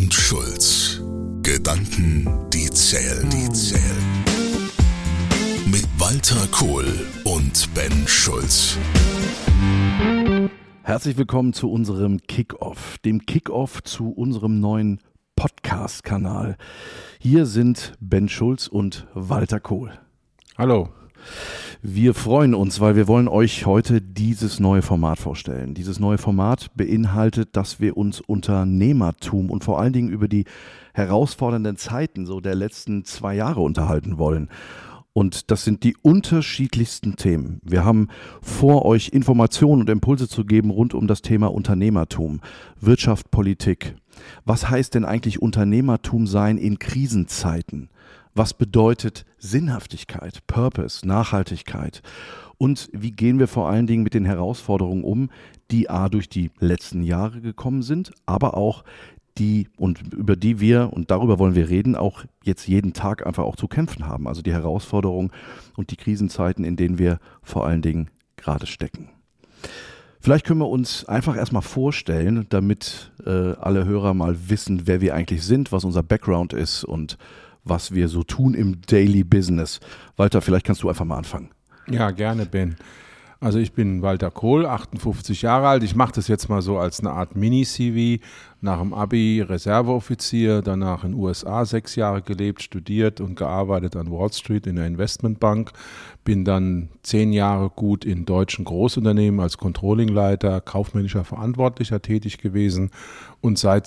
und Schulz. Gedanken, die zählen. Mit Walter Kohl und Ben Schulz. Herzlich willkommen zu unserem Kick-Off, dem Kick-Off zu unserem neuen Podcast-Kanal. Hier sind Ben Schulz und Walter Kohl. Hallo. Wir freuen uns, weil wir wollen euch heute dieses neue Format vorstellen. Dieses neue Format beinhaltet, dass wir uns Unternehmertum und vor allen Dingen über die herausfordernden Zeiten so der letzten 2 Jahre unterhalten wollen. Und das sind die unterschiedlichsten Themen. Wir haben vor, euch Informationen und Impulse zu geben rund um das Thema Unternehmertum, Wirtschaft, Politik. Was heißt denn eigentlich Unternehmertum sein in Krisenzeiten? Was bedeutet Sinnhaftigkeit, Purpose, Nachhaltigkeit? Und wie gehen wir vor allen Dingen mit den Herausforderungen um, die durch die letzten Jahre gekommen sind, aber auch die und über die wir, und darüber wollen wir reden, auch jetzt jeden Tag einfach auch zu kämpfen haben. Also die Herausforderungen und die Krisenzeiten, in denen wir vor allen Dingen gerade stecken. Vielleicht können wir uns einfach erstmal vorstellen, damit alle Hörer mal wissen, wer wir eigentlich sind, was unser Background ist und was wir so tun im Daily Business. Walter, vielleicht kannst du einfach mal anfangen. Ja, gerne, Ben. Also ich bin Walter Kohl, 58 Jahre alt. Ich mache das jetzt mal so als eine Art Mini-CV. Nach dem Abi Reserveoffizier, danach in den USA 6 Jahre gelebt, studiert und gearbeitet an Wall Street in der Investmentbank. Bin dann 10 Jahre gut in deutschen Großunternehmen als Controllingleiter, kaufmännischer Verantwortlicher tätig gewesen und seit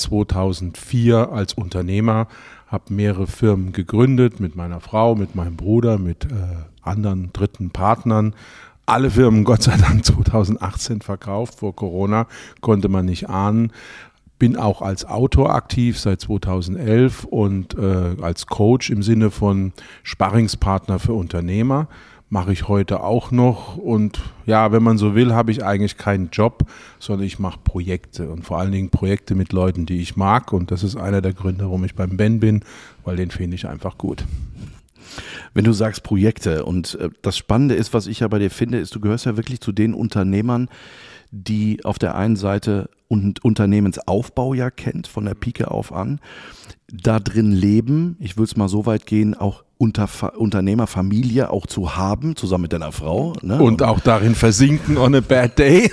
2004 als Unternehmer. Habe mehrere Firmen gegründet mit meiner Frau, mit meinem Bruder, mit anderen dritten Partnern. Alle Firmen, Gott sei Dank, 2018 verkauft. Vor Corona konnte man nicht ahnen. Bin auch als Autor aktiv seit 2011 und als Coach im Sinne von Sparringspartner für Unternehmer. Mache ich heute auch noch. Und ja, wenn man so will, habe ich eigentlich keinen Job, sondern ich mache Projekte und vor allen Dingen Projekte mit Leuten, die ich mag. Und das ist einer der Gründe, warum ich beim Ben bin, weil den finde ich einfach gut. Wenn du sagst Projekte und das Spannende ist, was ich ja bei dir finde, ist, du gehörst ja wirklich zu den Unternehmern, die auf der einen Seite Unternehmensaufbau ja kennt, von der Pike auf an, da drin leben, ich will es mal so weit gehen, auch Unternehmerfamilie auch zu haben, zusammen mit deiner Frau. Ne? Und auch darin versinken on a bad day.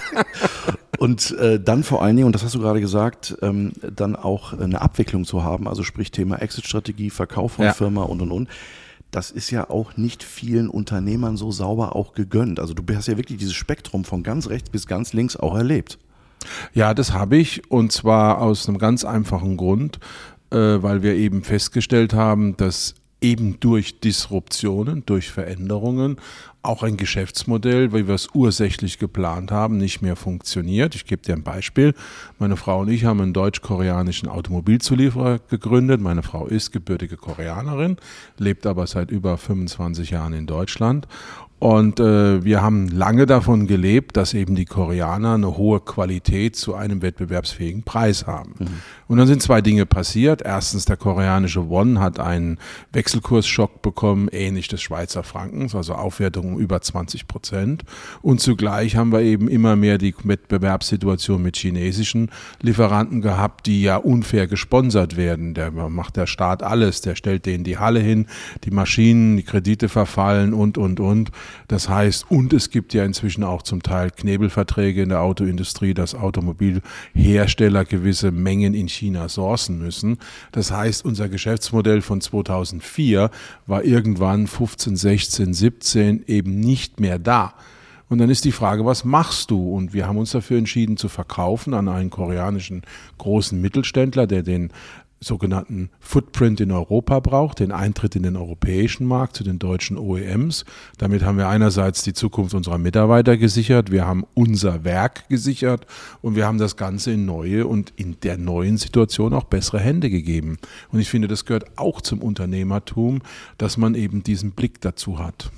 Und dann vor allen Dingen, und das hast du gerade gesagt, dann auch eine Abwicklung zu haben, also sprich Thema Exit-Strategie, Verkauf von Firma und. Das ist ja auch nicht vielen Unternehmern so sauber auch gegönnt. Also du hast ja wirklich dieses Spektrum von ganz rechts bis ganz links auch erlebt. Ja, das habe ich und zwar aus einem ganz einfachen Grund, weil wir eben festgestellt haben, dass eben durch Disruptionen, durch Veränderungen auch ein Geschäftsmodell, wie wir es ursächlich geplant haben, nicht mehr funktioniert. Ich gebe dir ein Beispiel. Meine Frau und ich haben einen deutsch-koreanischen Automobilzulieferer gegründet. Meine Frau ist gebürtige Koreanerin, lebt aber seit über 25 Jahren in Deutschland. Und wir haben lange davon gelebt, dass eben die Koreaner eine hohe Qualität zu einem wettbewerbsfähigen Preis haben. Mhm. Und dann sind 2 Dinge passiert. Erstens, der koreanische Won hat einen Wechselkursschock bekommen, ähnlich des Schweizer Frankens, also Aufwertung um über 20%. Und zugleich haben wir eben immer mehr die Wettbewerbssituation mit chinesischen Lieferanten gehabt, die ja unfair gesponsert werden. Da macht der Staat alles, der stellt denen die Halle hin, die Maschinen, die Kredite verfallen und. Das heißt, und es gibt ja inzwischen auch zum Teil Knebelverträge in der Autoindustrie, dass Automobilhersteller gewisse Mengen in China sourcen müssen. Das heißt, unser Geschäftsmodell von 2004 war irgendwann 15, 16, 17 eben nicht mehr da. Und dann ist die Frage, was machst du? Und wir haben uns dafür entschieden zu verkaufen an einen koreanischen großen Mittelständler, der den sogenannten Footprint in Europa braucht, den Eintritt in den europäischen Markt zu den deutschen OEMs. Damit haben wir einerseits die Zukunft unserer Mitarbeiter gesichert, wir haben unser Werk gesichert und wir haben das Ganze in neue und in der neuen Situation auch bessere Hände gegeben. Und ich finde, das gehört auch zum Unternehmertum, dass man eben diesen Blick dazu hat.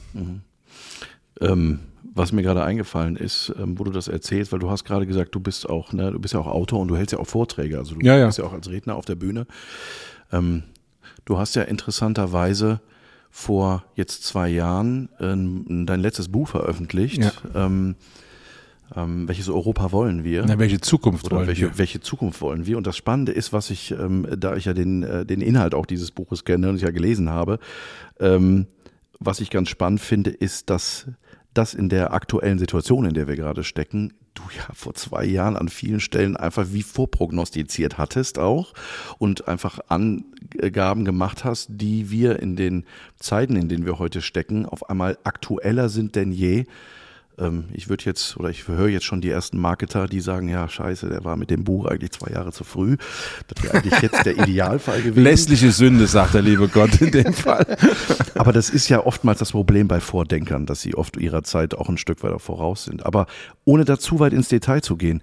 Mhm. Was mir gerade eingefallen ist, wo du das erzählst, weil du hast gerade gesagt, du bist auch, ne, du bist ja auch Autor und du hältst ja auch Vorträge, also du bist ja auch als Redner auf der Bühne. Du hast ja interessanterweise vor jetzt 2 Jahren dein letztes Buch veröffentlicht. Ja. Welches Europa wollen wir? Na, welche Zukunft Oder wollen wir? welche Zukunft wollen wir? Und das Spannende ist, was ich, da ich ja den Inhalt auch dieses Buches kenne und ich ja gelesen habe, was ich ganz spannend finde, ist, dass das in der aktuellen Situation, in der wir gerade stecken, du ja vor 2 Jahren an vielen Stellen einfach wie vorprognostiziert hattest auch und einfach Angaben gemacht hast, die wir in den Zeiten, in denen wir heute stecken, auf einmal aktueller sind denn je. Ich höre jetzt schon die ersten Marketer, die sagen, ja scheiße, der war mit dem Buch eigentlich 2 Jahre zu früh. Das wäre eigentlich jetzt der Idealfall gewesen. Lässliche Sünde, sagt der liebe Gott in dem Fall. Aber das ist ja oftmals das Problem bei Vordenkern, dass sie oft ihrer Zeit auch ein Stück weiter voraus sind. Aber ohne da zu weit ins Detail zu gehen,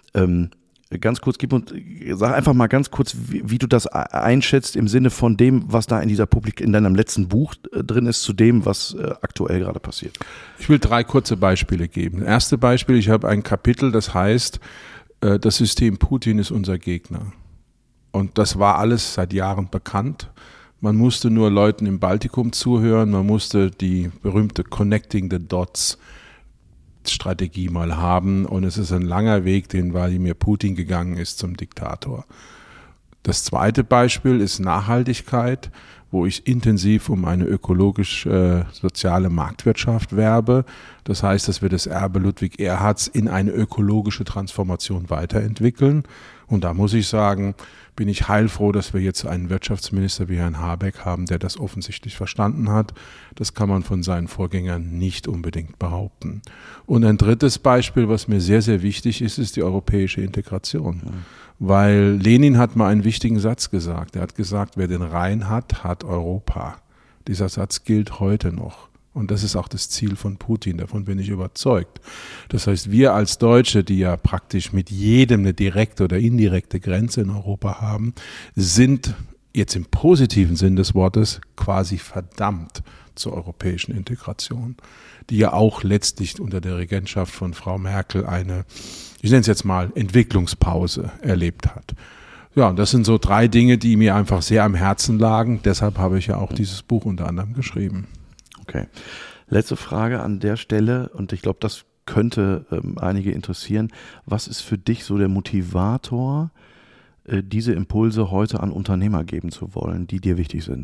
ganz kurz, sag einfach mal ganz kurz, wie du das einschätzt im Sinne von dem, was da in deinem letzten Buch drin ist, zu dem, was aktuell gerade passiert. Ich will 3 kurze Beispiele geben. Erste Beispiel, ich habe ein Kapitel, das heißt, das System Putin ist unser Gegner. Und das war alles seit Jahren bekannt. Man musste nur Leuten im Baltikum zuhören, man musste die berühmte Connecting the Dots Strategie mal haben und es ist ein langer Weg, den Wladimir Putin gegangen ist zum Diktator. Das zweite Beispiel ist Nachhaltigkeit, wo ich intensiv um eine ökologisch-soziale Marktwirtschaft werbe. Das heißt, dass wir das Erbe Ludwig Erhards in eine ökologische Transformation weiterentwickeln. Und da muss ich sagen, bin ich heilfroh, dass wir jetzt einen Wirtschaftsminister wie Herrn Habeck haben, der das offensichtlich verstanden hat. Das kann man von seinen Vorgängern nicht unbedingt behaupten. Und ein drittes Beispiel, was mir sehr, sehr wichtig ist, ist die europäische Integration. Ja. Weil Lenin hat mal einen wichtigen Satz gesagt. Er hat gesagt, wer den Rhein hat, hat Europa. Dieser Satz gilt heute noch. Und das ist auch das Ziel von Putin, davon bin ich überzeugt. Das heißt, wir als Deutsche, die ja praktisch mit jedem eine direkte oder indirekte Grenze in Europa haben, sind jetzt im positiven Sinn des Wortes quasi verdammt zur europäischen Integration, die ja auch letztlich unter der Regentschaft von Frau Merkel eine, ich nenne es jetzt mal, Entwicklungspause erlebt hat. Ja, und das sind so 3 Dinge, die mir einfach sehr am Herzen lagen. Deshalb habe ich ja auch dieses Buch unter anderem geschrieben. Okay. Letzte Frage an der Stelle und ich glaube, das könnte einige interessieren. Was ist für dich so der Motivator, diese Impulse heute an Unternehmer geben zu wollen, die dir wichtig sind?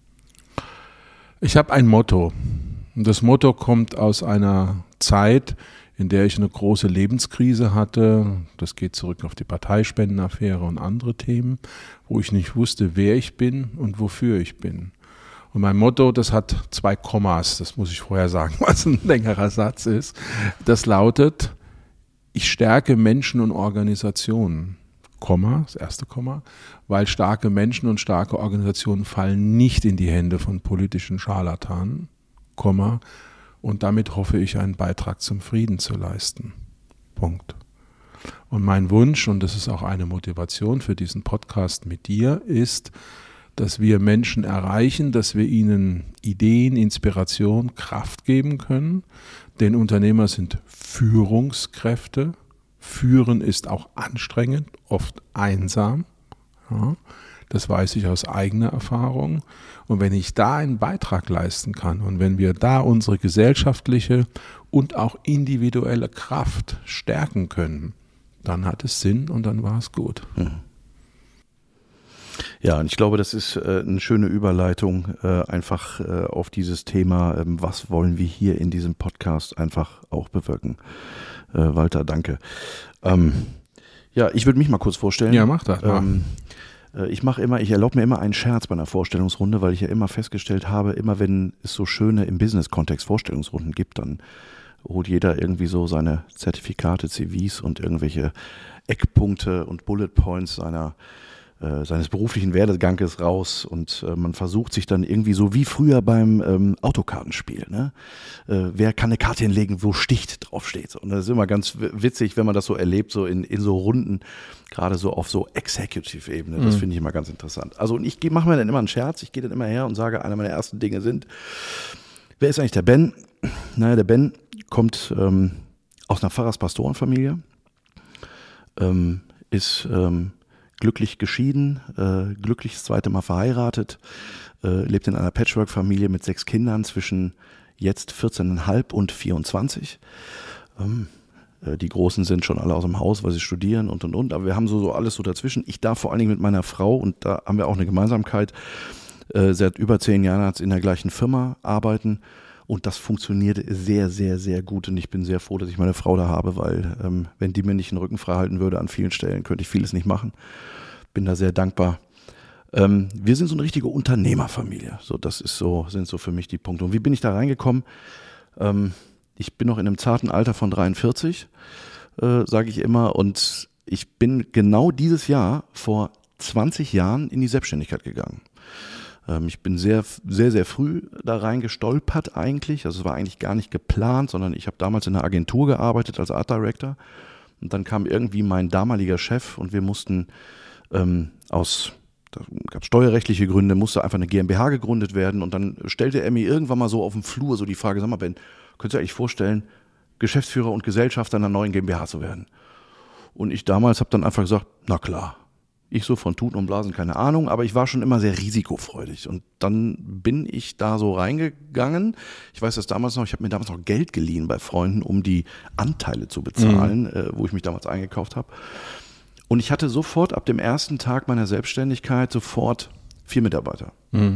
Ich habe ein Motto. Und das Motto kommt aus einer Zeit, in der ich eine große Lebenskrise hatte. Das geht zurück auf die Parteispendenaffäre und andere Themen, wo ich nicht wusste, wer ich bin und wofür ich bin. Und mein Motto, das hat 2 Kommas, das muss ich vorher sagen, was ein längerer Satz ist. Das lautet, ich stärke Menschen und Organisationen, Komma, das erste Komma, weil starke Menschen und starke Organisationen fallen nicht in die Hände von politischen Scharlatanen, Komma, und damit hoffe ich, einen Beitrag zum Frieden zu leisten. Punkt. Und mein Wunsch, und das ist auch eine Motivation für diesen Podcast mit dir, ist, dass wir Menschen erreichen, dass wir ihnen Ideen, Inspiration, Kraft geben können. Denn Unternehmer sind Führungskräfte. Führen ist auch anstrengend, oft einsam. Ja, das weiß ich aus eigener Erfahrung. Und wenn ich da einen Beitrag leisten kann und wenn wir da unsere gesellschaftliche und auch individuelle Kraft stärken können, dann hat es Sinn und dann war es gut. Ja, und ich glaube, das ist eine schöne Überleitung einfach auf dieses Thema, was wollen wir hier in diesem Podcast einfach auch bewirken. Walter, danke. Ja, ich würde mich mal kurz vorstellen. Ja, mach das mal. Ich erlaube mir immer einen Scherz bei einer Vorstellungsrunde, weil ich ja immer festgestellt habe, immer wenn es so schöne im Business-Kontext Vorstellungsrunden gibt, dann holt jeder irgendwie so seine Zertifikate, CVs und irgendwelche Eckpunkte und Bullet Points seines beruflichen Werdeganges raus und man versucht sich dann irgendwie so wie früher beim Autokartenspiel, ne? Wer kann eine Karte hinlegen, wo Sticht draufsteht? Und das ist immer ganz witzig, wenn man das so erlebt, so in so Runden, gerade so auf so Executive-Ebene. Das finde ich immer ganz interessant. Also und ich mache mir dann immer einen Scherz, ich gehe dann immer her und sage, einer meiner ersten Dinge sind, wer ist eigentlich der Ben? Naja, der Ben kommt aus einer Pfarrers-Pastorenfamilie, ist glücklich geschieden, glücklich das 2. Mal verheiratet, lebt in einer Patchwork-Familie mit 6 Kindern zwischen jetzt 14,5 und 24. Die Großen sind schon alle aus dem Haus, weil sie studieren und. Aber wir haben so alles so dazwischen. Ich darf vor allen Dingen mit meiner Frau, und da haben wir auch eine Gemeinsamkeit, seit über 10 Jahren in der gleichen Firma arbeiten. Und das funktioniert sehr, sehr, sehr gut. Und ich bin sehr froh, dass ich meine Frau da habe, weil wenn die mir nicht den Rücken frei halten würde an vielen Stellen, könnte ich vieles nicht machen. Bin da sehr dankbar. Wir sind so eine richtige Unternehmerfamilie. So, sind so für mich die Punkte. Und wie bin ich da reingekommen? Ich bin noch in einem zarten Alter von 43, sage ich immer. Und ich bin genau dieses Jahr vor 20 Jahren in die Selbstständigkeit gegangen. Ich bin sehr, sehr, sehr früh da reingestolpert eigentlich. Also es war eigentlich gar nicht geplant, sondern ich habe damals in einer Agentur gearbeitet als Art Director. Und dann kam irgendwie mein damaliger Chef und wir mussten da gab es steuerrechtliche Gründe, musste einfach eine GmbH gegründet werden. Und dann stellte er mir irgendwann mal so auf dem Flur so die Frage, sag mal Ben, könntest du dir eigentlich vorstellen, Geschäftsführer und Gesellschafter einer neuen GmbH zu werden? Und ich damals habe dann einfach gesagt, na klar. Ich so von Tuten und Blasen, keine Ahnung, aber ich war schon immer sehr risikofreudig. Und dann bin ich da so reingegangen. Ich weiß das damals noch, ich habe mir damals noch Geld geliehen bei Freunden, um die Anteile zu bezahlen, wo ich mich damals eingekauft habe. Und ich hatte sofort ab dem ersten Tag meiner Selbstständigkeit sofort 4 Mitarbeiter.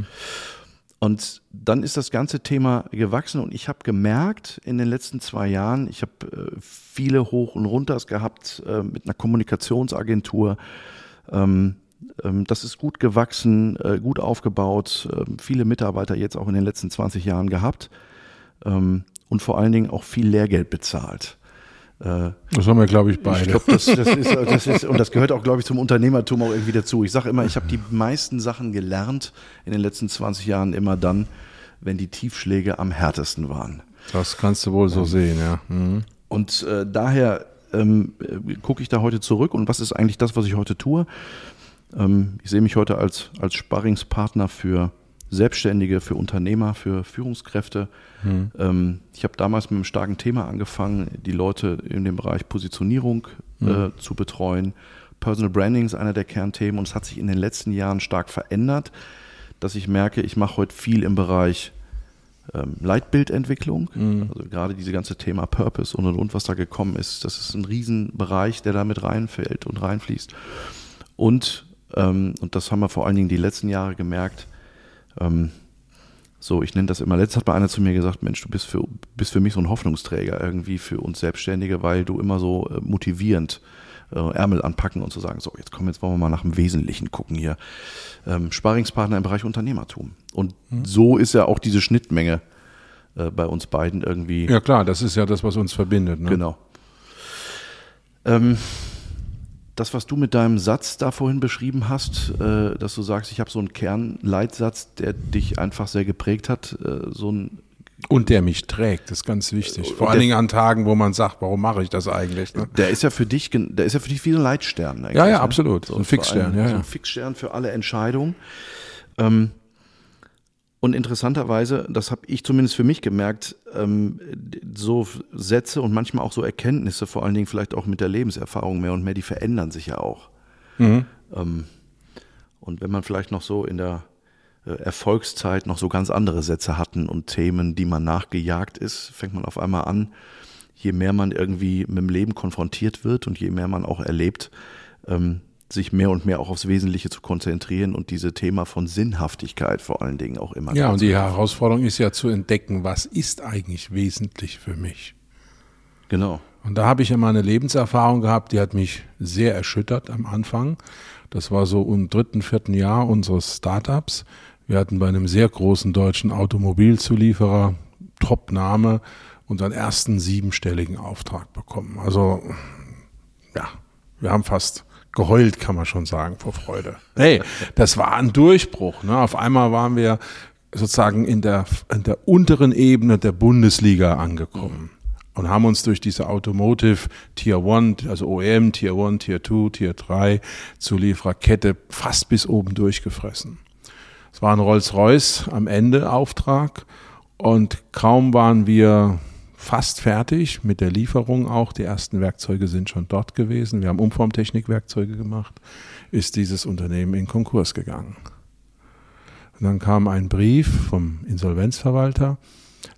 Und dann ist das ganze Thema gewachsen und ich habe gemerkt in den letzten 2 Jahren, ich habe viele Hoch- und Runters gehabt mit einer Kommunikationsagentur. Das ist gut gewachsen, gut aufgebaut, viele Mitarbeiter jetzt auch in den letzten 20 Jahren gehabt und vor allen Dingen auch viel Lehrgeld bezahlt. Das haben wir, glaube ich, beide. Ich glaube, das ist, und das gehört auch, glaube ich, zum Unternehmertum auch irgendwie dazu. Ich sage immer, ich habe die meisten Sachen gelernt in den letzten 20 Jahren immer dann, wenn die Tiefschläge am härtesten waren. Das kannst du wohl so sehen, ja. Und daher gucke ich da heute zurück und was ist eigentlich das, was ich heute tue? Ich sehe mich heute als Sparringspartner für Selbstständige, für Unternehmer, für Führungskräfte. Ich habe damals mit einem starken Thema angefangen, die Leute in dem Bereich Positionierung zu betreuen. Personal Branding ist einer der Kernthemen und es hat sich in den letzten Jahren stark verändert, dass ich merke, ich mache heute viel im Bereich Leitbildentwicklung, also gerade diese ganze Thema Purpose und was da gekommen ist, das ist ein Riesenbereich, der da mit reinfällt und reinfließt. Und das haben wir vor allen Dingen die letzten Jahre gemerkt, ich nenne das immer, letztens hat mal einer zu mir gesagt, Mensch, du bist für mich so ein Hoffnungsträger irgendwie für uns Selbstständige, weil du immer so motivierend Ärmel anpacken und zu sagen, so jetzt wollen wir mal nach dem Wesentlichen gucken hier. Sparringspartner im Bereich Unternehmertum. Und so ist ja auch diese Schnittmenge bei uns beiden irgendwie. Ja klar, das ist ja das, was uns verbindet. Ne? Genau. Das, was du mit deinem Satz da vorhin beschrieben hast, dass du sagst, ich habe so einen Kernleitsatz, der dich einfach sehr geprägt hat, und der mich trägt, das ist ganz wichtig. Vor allen Dingen an Tagen, wo man sagt, warum mache ich das eigentlich? Ne? Der ist ja für dich wie so ein Leitstern. Ja, ja, absolut. So ein Fixstern. So ein Fixstern für alle Entscheidungen. Und interessanterweise, das habe ich zumindest für mich gemerkt, so Sätze und manchmal auch so Erkenntnisse, vor allen Dingen vielleicht auch mit der Lebenserfahrung mehr und mehr, die verändern sich ja auch. Und wenn man vielleicht noch so in der Erfolgszeit noch so ganz andere Sätze hatten und Themen, die man nachgejagt ist, fängt man auf einmal an, je mehr man irgendwie mit dem Leben konfrontiert wird und je mehr man auch erlebt, sich mehr und mehr auch aufs Wesentliche zu konzentrieren und diese Thema von Sinnhaftigkeit vor allen Dingen auch immer. Ja, und die Herausforderung ist ja zu entdecken, was ist eigentlich wesentlich für mich? Genau. Und da habe ich ja mal eine Lebenserfahrung gehabt, die hat mich sehr erschüttert am Anfang. Das war so im 3., 4. Jahr unseres Startups. Wir hatten bei einem sehr großen deutschen Automobilzulieferer, Top-Name, unseren ersten 7-stelligen Auftrag bekommen. Also, ja, wir haben fast geheult, kann man schon sagen, vor Freude. Hey, das war ein Durchbruch. Ne? Auf einmal waren wir sozusagen in der unteren Ebene der Bundesliga angekommen und haben uns durch diese Automotive Tier 1, also OEM, Tier 1, Tier 2, Tier 3 Zuliefererkette fast bis oben durchgefressen. Es war ein Rolls-Royce am Ende Auftrag und kaum waren wir fast fertig mit der Lieferung auch. Die ersten Werkzeuge sind schon dort gewesen. Wir haben Umformtechnikwerkzeuge gemacht. Ist dieses Unternehmen in Konkurs gegangen. Und dann kam ein Brief vom Insolvenzverwalter,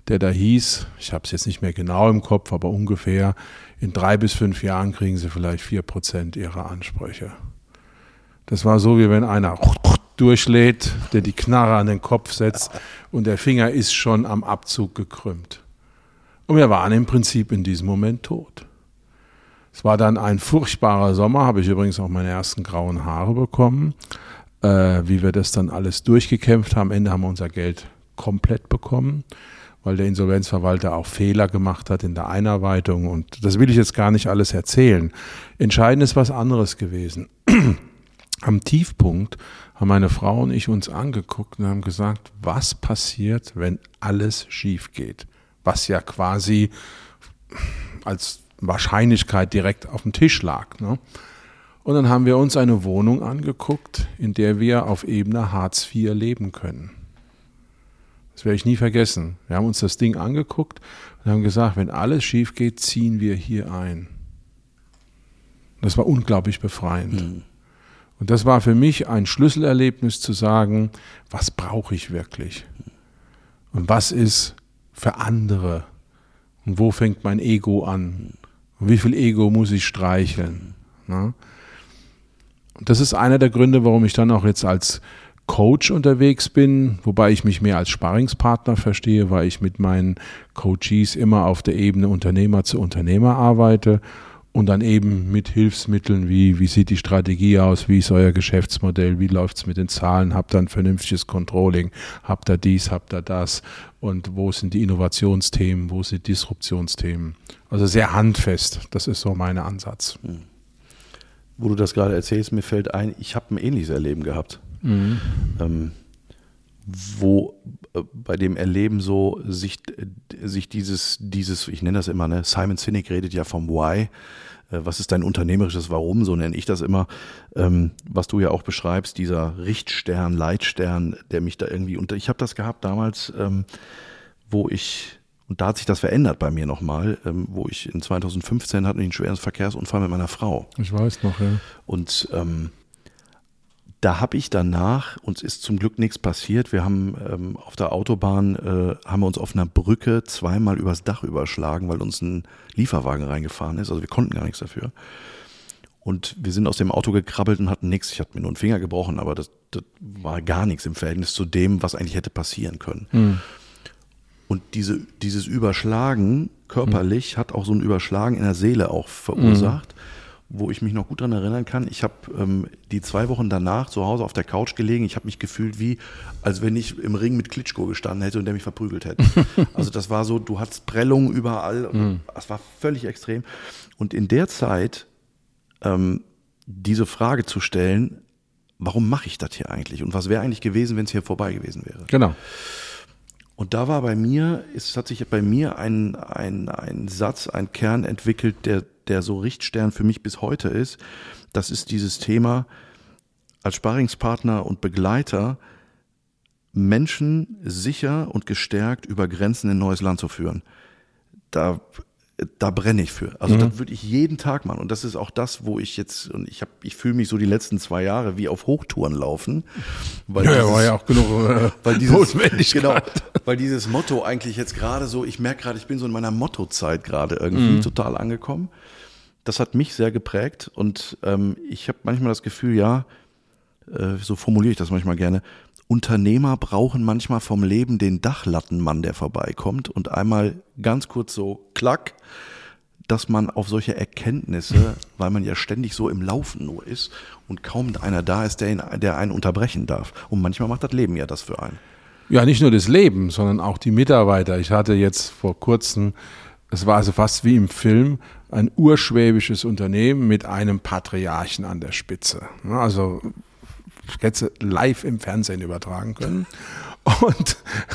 der da hieß, ich habe es jetzt nicht mehr genau im Kopf, aber ungefähr, in 3 bis 5 Jahren kriegen Sie vielleicht 4% Ihrer Ansprüche. Das war so, wie wenn einer durchlädt, der die Knarre an den Kopf setzt und der Finger ist schon am Abzug gekrümmt. Und wir waren im Prinzip in diesem Moment tot. Es war dann ein furchtbarer Sommer, habe ich übrigens auch meine ersten grauen Haare bekommen, wie wir das dann alles durchgekämpft haben. Am Ende haben wir unser Geld komplett bekommen, weil der Insolvenzverwalter auch Fehler gemacht hat in der Einarbeitung. Und das will ich jetzt gar nicht alles erzählen. Entscheidend ist was anderes gewesen. Am Tiefpunkt haben meine Frau und ich uns angeguckt und haben gesagt, was passiert, wenn alles schief geht? Was ja quasi als Wahrscheinlichkeit direkt auf dem Tisch lag. Ne? Und dann haben wir uns eine Wohnung angeguckt, in der wir auf Ebene Hartz IV leben können. Das werde ich nie vergessen. Wir haben uns das Ding angeguckt und haben gesagt, wenn alles schief geht, ziehen wir hier ein. Das war unglaublich befreiend. Und das war für mich ein Schlüsselerlebnis zu sagen, was brauche ich wirklich? Und was ist für andere? Und wo fängt mein Ego an? Und wie viel Ego muss ich streicheln? Ja? Und das ist einer der Gründe, warum ich dann auch jetzt als Coach unterwegs bin, wobei ich mich mehr als Sparringspartner verstehe, weil ich mit meinen Coachees immer auf der Ebene Unternehmer zu Unternehmer arbeite und dann eben mit Hilfsmitteln wie sieht die Strategie aus, wie ist euer Geschäftsmodell, wie läuft es mit den Zahlen, habt ihr ein vernünftiges Controlling, habt ihr dies, habt ihr das und wo sind die Innovationsthemen, wo sind Disruptionsthemen. Also sehr handfest, das ist so mein Ansatz. Wo du das gerade erzählst, mir fällt ein, ich habe ein ähnliches Erleben gehabt. Wo bei dem Erleben so sich dieses, ich nenne das immer, ne, Simon Sinek redet ja vom Why, was ist dein unternehmerisches Warum, so nenne ich das immer, was du ja auch beschreibst, dieser Richtstern, Leitstern, der mich da irgendwie, ich habe das gehabt damals, und da hat sich das verändert bei mir nochmal, wo ich in 2015 hatte ich einen schweren Verkehrsunfall mit meiner Frau. Ich weiß noch, ja. Und da habe ich danach, uns ist zum Glück nichts passiert, wir haben auf der Autobahn, haben wir uns auf einer Brücke zweimal übers Dach überschlagen, weil uns ein Lieferwagen reingefahren ist, also wir konnten gar nichts dafür. Und wir sind aus dem Auto gekrabbelt und hatten nichts, ich hatte mir nur einen Finger gebrochen, aber das war gar nichts im Verhältnis zu dem, was eigentlich hätte passieren können. Und dieses Überschlagen körperlich hat auch so ein Überschlagen in der Seele auch verursacht, wo ich mich noch gut daran erinnern kann. Ich habe die 2 Wochen danach zu Hause auf der Couch gelegen. Ich habe mich gefühlt wie, als wenn ich im Ring mit Klitschko gestanden hätte und der mich verprügelt hätte. Also das war so, du hattest Prellungen überall. Und das war völlig extrem. Und in der Zeit diese Frage zu stellen, warum mache ich das hier eigentlich? Und was wäre eigentlich gewesen, wenn es hier vorbei gewesen wäre? Genau. Und da war hat sich bei mir ein Satz, ein Kern entwickelt, der so Richtstern für mich bis heute ist. Das ist dieses Thema, als Sparringspartner und Begleiter Menschen sicher und gestärkt über Grenzen in ein neues Land zu führen. Da brenne ich für. Also das würde ich jeden Tag machen. Und das ist auch das, wo ich jetzt, und ich fühle mich so die letzten 2 Jahre wie auf Hochtouren laufen. Weil war ja auch genug Notwendigkeit. Genau, weil dieses Motto eigentlich jetzt gerade so, ich merke gerade, ich bin so in meiner Mottozeit gerade irgendwie total angekommen. Das hat mich sehr geprägt und ich habe manchmal das Gefühl, so formuliere ich das manchmal gerne, Unternehmer brauchen manchmal vom Leben den Dachlattenmann, der vorbeikommt und einmal ganz kurz so klack, dass man auf solche Erkenntnisse, weil man ja ständig so im Laufen nur ist und kaum einer da ist, der einen unterbrechen darf. Und manchmal macht das Leben ja das für einen. Ja, nicht nur das Leben, sondern auch die Mitarbeiter. Ich hatte jetzt vor kurzem, es war also fast wie im Film, ein urschwäbisches Unternehmen mit einem Patriarchen an der Spitze. Also ich hätte sie live im Fernsehen übertragen können. Und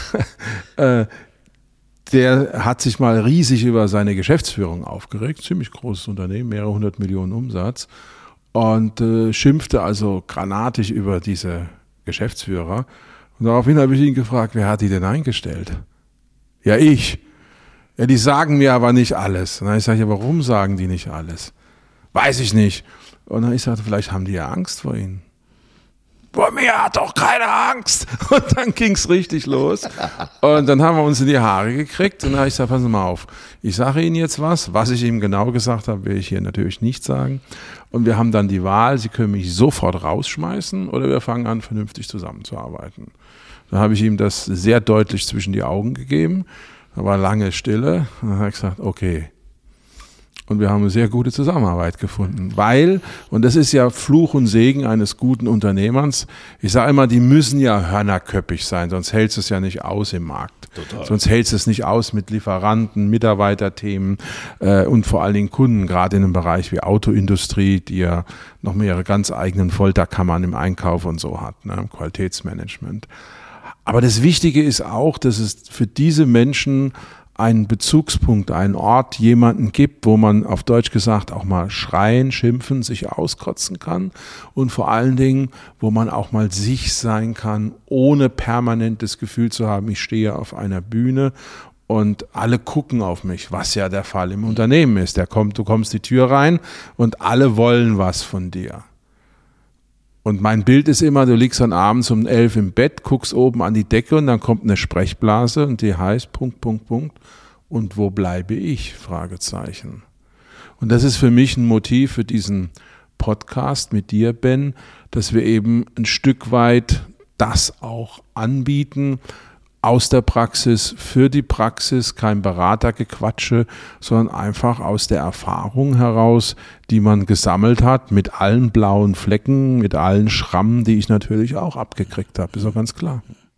der hat sich mal riesig über seine Geschäftsführung aufgeregt. Ziemlich großes Unternehmen, mehrere 100 Millionen Umsatz. Und schimpfte also granatig über diese Geschäftsführer. Und daraufhin habe ich ihn gefragt, wer hat die denn eingestellt? Ja, ich. Ja, die sagen mir aber nicht alles. Und dann sage ich, ja, warum sagen die nicht alles? Weiß ich nicht. Und dann ich sagte, vielleicht haben die ja Angst vor ihnen. Vor mir hat doch keine Angst. Und dann ging's richtig los. Und dann haben wir uns in die Haare gekriegt und dann habe ich gesagt, passen Sie mal auf, ich sage Ihnen jetzt was ich ihm genau gesagt habe, will ich hier natürlich nicht sagen. Und wir haben dann die Wahl, Sie können mich sofort rausschmeißen oder wir fangen an, vernünftig zusammenzuarbeiten. Dann habe ich ihm das sehr deutlich zwischen die Augen gegeben. Da war lange Stille. Und dann habe ich gesagt, okay. Und wir haben eine sehr gute Zusammenarbeit gefunden, weil, und das ist ja Fluch und Segen eines guten Unternehmers, ich sage immer, die müssen ja hörnerköppig sein, sonst hältst du es ja nicht aus im Markt. Total. Sonst hältst du es nicht aus mit Lieferanten, Mitarbeiterthemen und vor allen Dingen Kunden, gerade in einem Bereich wie Autoindustrie, die ja noch mehr ihre ganz eigenen Folterkammern im Einkauf und so hat, ne, Qualitätsmanagement. Aber das Wichtige ist auch, dass es für diese Menschen einen Bezugspunkt, einen Ort, jemanden gibt, wo man auf Deutsch gesagt auch mal schreien, schimpfen, sich auskotzen kann und vor allen Dingen, wo man auch mal sich sein kann, ohne permanent das Gefühl zu haben, ich stehe auf einer Bühne und alle gucken auf mich, was ja der Fall im Unternehmen ist. Du kommst die Tür rein und alle wollen was von dir. Und mein Bild ist immer, du liegst dann abends um 11 im Bett, guckst oben an die Decke und dann kommt eine Sprechblase und die heißt ... Und wo bleibe ich? Fragezeichen. Und das ist für mich ein Motiv für diesen Podcast mit dir, Ben, dass wir eben ein Stück weit das auch anbieten, aus der Praxis, für die Praxis, kein Beratergequatsche, sondern einfach aus der Erfahrung heraus, die man gesammelt hat, mit allen blauen Flecken, mit allen Schrammen, die ich natürlich auch abgekriegt habe, ist auch ganz klar.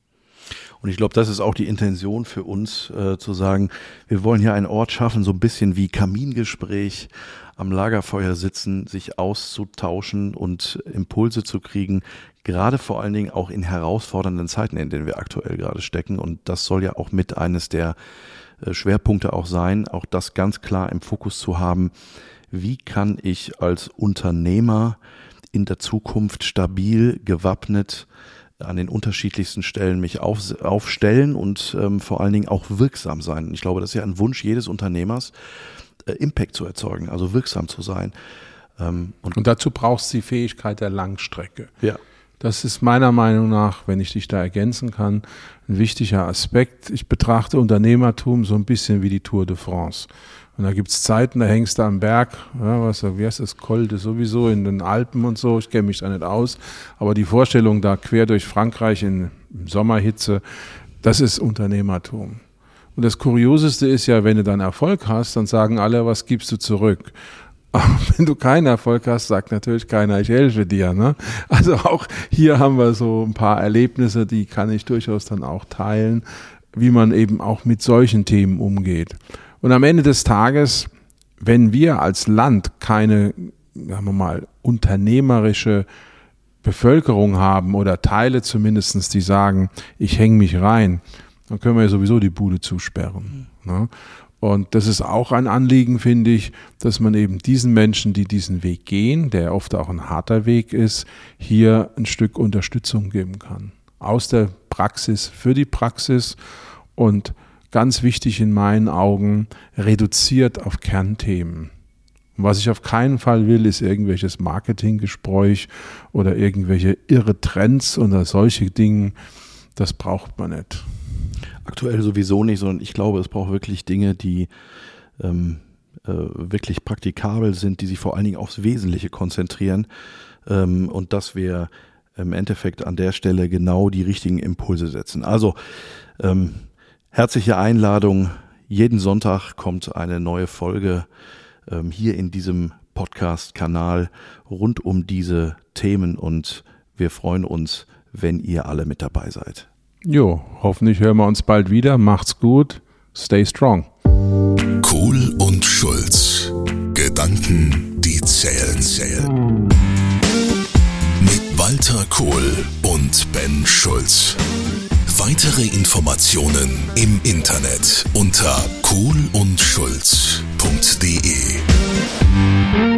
Und ich glaube, das ist auch die Intention für uns, zu sagen, wir wollen hier einen Ort schaffen, so ein bisschen wie Kamingespräch, am Lagerfeuer sitzen, sich auszutauschen und Impulse zu kriegen, gerade vor allen Dingen auch in herausfordernden Zeiten, in denen wir aktuell gerade stecken. Und das soll ja auch mit eines der Schwerpunkte auch sein, auch das ganz klar im Fokus zu haben. Wie kann ich als Unternehmer in der Zukunft stabil, gewappnet an den unterschiedlichsten Stellen mich aufstellen und vor allen Dingen auch wirksam sein. Und ich glaube, das ist ja ein Wunsch jedes Unternehmers, Impact zu erzeugen, also wirksam zu sein. Und dazu brauchst du die Fähigkeit der Langstrecke. Ja. Das ist meiner Meinung nach, wenn ich dich da ergänzen kann, ein wichtiger Aspekt. Ich betrachte Unternehmertum so ein bisschen wie die Tour de France. Und da gibt's Zeiten, da hängst du am Berg, ja, wie heißt das, Col sowieso in den Alpen und so, ich kenne mich da nicht aus. Aber die Vorstellung, da quer durch Frankreich in Sommerhitze, das ist Unternehmertum. Und das Kurioseste ist ja, wenn du dann Erfolg hast, dann sagen alle, was gibst du zurück? Aber wenn du keinen Erfolg hast, sagt natürlich keiner, ich helfe dir. Ne? Also auch hier haben wir so ein paar Erlebnisse, die kann ich durchaus dann auch teilen, wie man eben auch mit solchen Themen umgeht. Und am Ende des Tages, wenn wir als Land keine, sagen wir mal, unternehmerische Bevölkerung haben oder Teile zumindest, die sagen, ich hänge mich rein, dann können wir ja sowieso die Bude zusperren. Ne? Und das ist auch ein Anliegen, finde ich, dass man eben diesen Menschen, die diesen Weg gehen, der oft auch ein harter Weg ist, hier ein Stück Unterstützung geben kann. Aus der Praxis für die Praxis und ganz wichtig in meinen Augen, reduziert auf Kernthemen. Und was ich auf keinen Fall will, ist irgendwelches Marketinggespräch oder irgendwelche irre Trends oder solche Dinge. Das braucht man nicht. Aktuell sowieso nicht, sondern ich glaube, es braucht wirklich Dinge, die wirklich praktikabel sind, die sich vor allen Dingen aufs Wesentliche konzentrieren und dass wir im Endeffekt an der Stelle genau die richtigen Impulse setzen. Also herzliche Einladung, jeden Sonntag kommt eine neue Folge hier in diesem Podcast-Kanal rund um diese Themen und wir freuen uns, wenn ihr alle mit dabei seid. Jo, hoffentlich hören wir uns bald wieder. Macht's gut, stay strong. Kohl und Schulz. Gedanken, die zählen. Mit Walter Kohl und Ben Schulz. Weitere Informationen im Internet unter kohlundschulz.de.